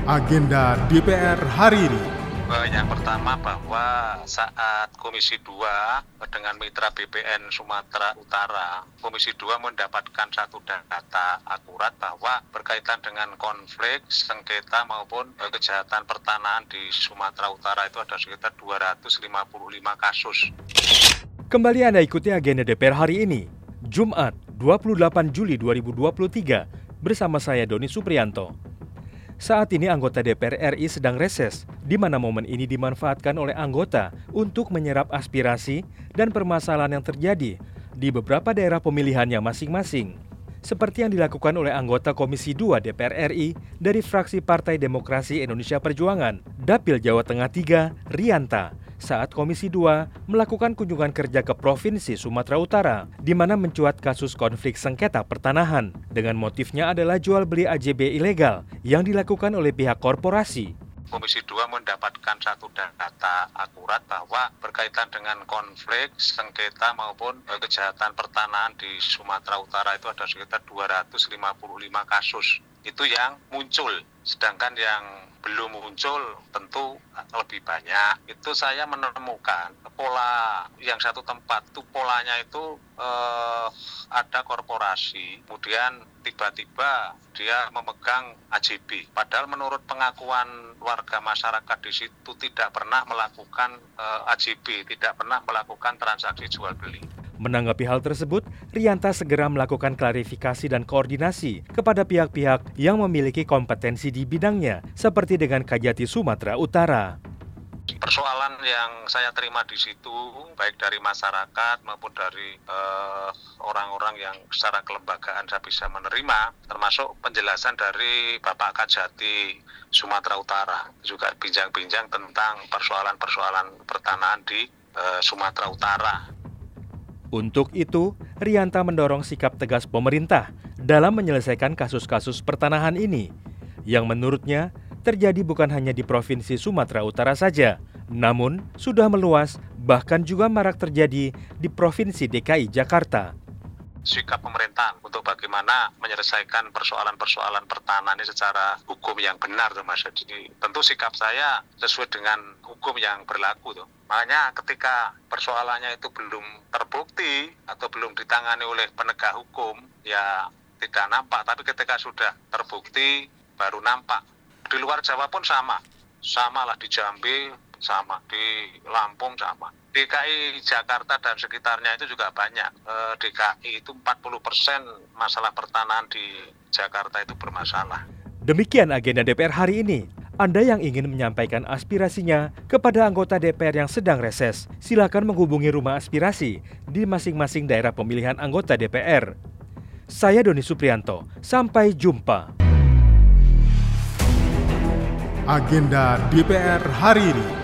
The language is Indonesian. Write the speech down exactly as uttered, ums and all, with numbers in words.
Agenda D P R hari ini. Yang pertama bahwa saat Komisi dua dengan mitra B P N Sumatera Utara, Komisi dua mendapatkan satu data akurat bahwa berkaitan dengan konflik, sengketa maupun kejahatan pertanahan di Sumatera Utara itu ada sekitar dua ratus lima puluh lima kasus. Kembali Anda ikuti agenda D P R hari ini, Jumat dua puluh delapan Juli dua ribu dua puluh tiga, bersama saya Doni Supriyanto. Saat ini anggota D P R R I sedang reses, di mana momen ini dimanfaatkan oleh anggota untuk menyerap aspirasi dan permasalahan yang terjadi di beberapa daerah pemilihannya masing-masing. Seperti yang dilakukan oleh anggota Komisi dua D P R R I dari fraksi Partai Demokrasi Indonesia Perjuangan, Dapil Jawa Tengah tiga, Rianta, saat Komisi dua melakukan kunjungan kerja ke Provinsi Sumatera Utara, di mana mencuat kasus konflik sengketa pertanahan, dengan motifnya adalah jual beli A J B ilegal yang dilakukan oleh pihak korporasi. Komisi dua mendapatkan satu data akurat bahwa berkaitan dengan konflik, sengketa maupun kejahatan pertanahan di Sumatera Utara itu ada sekitar dua ratus lima puluh lima kasus. Itu yang muncul, sedangkan yang belum muncul tentu lebih banyak. Itu saya menemukan pola yang satu tempat itu polanya itu eh, ada korporasi, kemudian tiba-tiba dia memegang A J B. Padahal menurut pengakuan warga masyarakat di situ tidak pernah melakukan eh, A J B, tidak pernah melakukan transaksi jual beli. Menanggapi hal tersebut, Rianta segera melakukan klarifikasi dan koordinasi kepada pihak-pihak yang memiliki kompetensi di bidangnya, seperti dengan Kajati Sumatera Utara. Persoalan yang saya terima di situ, baik dari masyarakat maupun dari eh, orang-orang yang secara kelembagaan saya bisa menerima, termasuk penjelasan dari Bapak Kajati Sumatera Utara, juga bincang-bincang tentang persoalan-persoalan pertanahan di eh, Sumatera Utara. Untuk itu, Rianta mendorong sikap tegas pemerintah dalam menyelesaikan kasus-kasus pertanahan ini, yang menurutnya terjadi bukan hanya di Provinsi Sumatera Utara saja, namun sudah meluas bahkan juga marak terjadi di Provinsi D K I Jakarta. Sikap pemerintah untuk bagaimana menyelesaikan persoalan-persoalan pertanahan ini secara hukum yang benar, tuh Mas. Jadi tentu sikap saya sesuai dengan hukum yang berlaku, tuh. Makanya ketika persoalannya itu belum terbukti atau belum ditangani oleh penegak hukum, ya tidak nampak. Tapi ketika sudah terbukti, baru nampak. Di luar Jawa pun sama, sama lah di Jambi, sama di Lampung sama. D K I Jakarta dan sekitarnya itu juga banyak. E, D K I itu empat puluh persen masalah pertanahan di Jakarta itu bermasalah. Demikian agenda D P R hari ini. Anda yang ingin menyampaikan aspirasinya kepada anggota D P R yang sedang reses, silakan menghubungi rumah aspirasi di masing-masing daerah pemilihan anggota D P R. Saya Doni Supriyanto, sampai jumpa. Agenda D P R hari ini.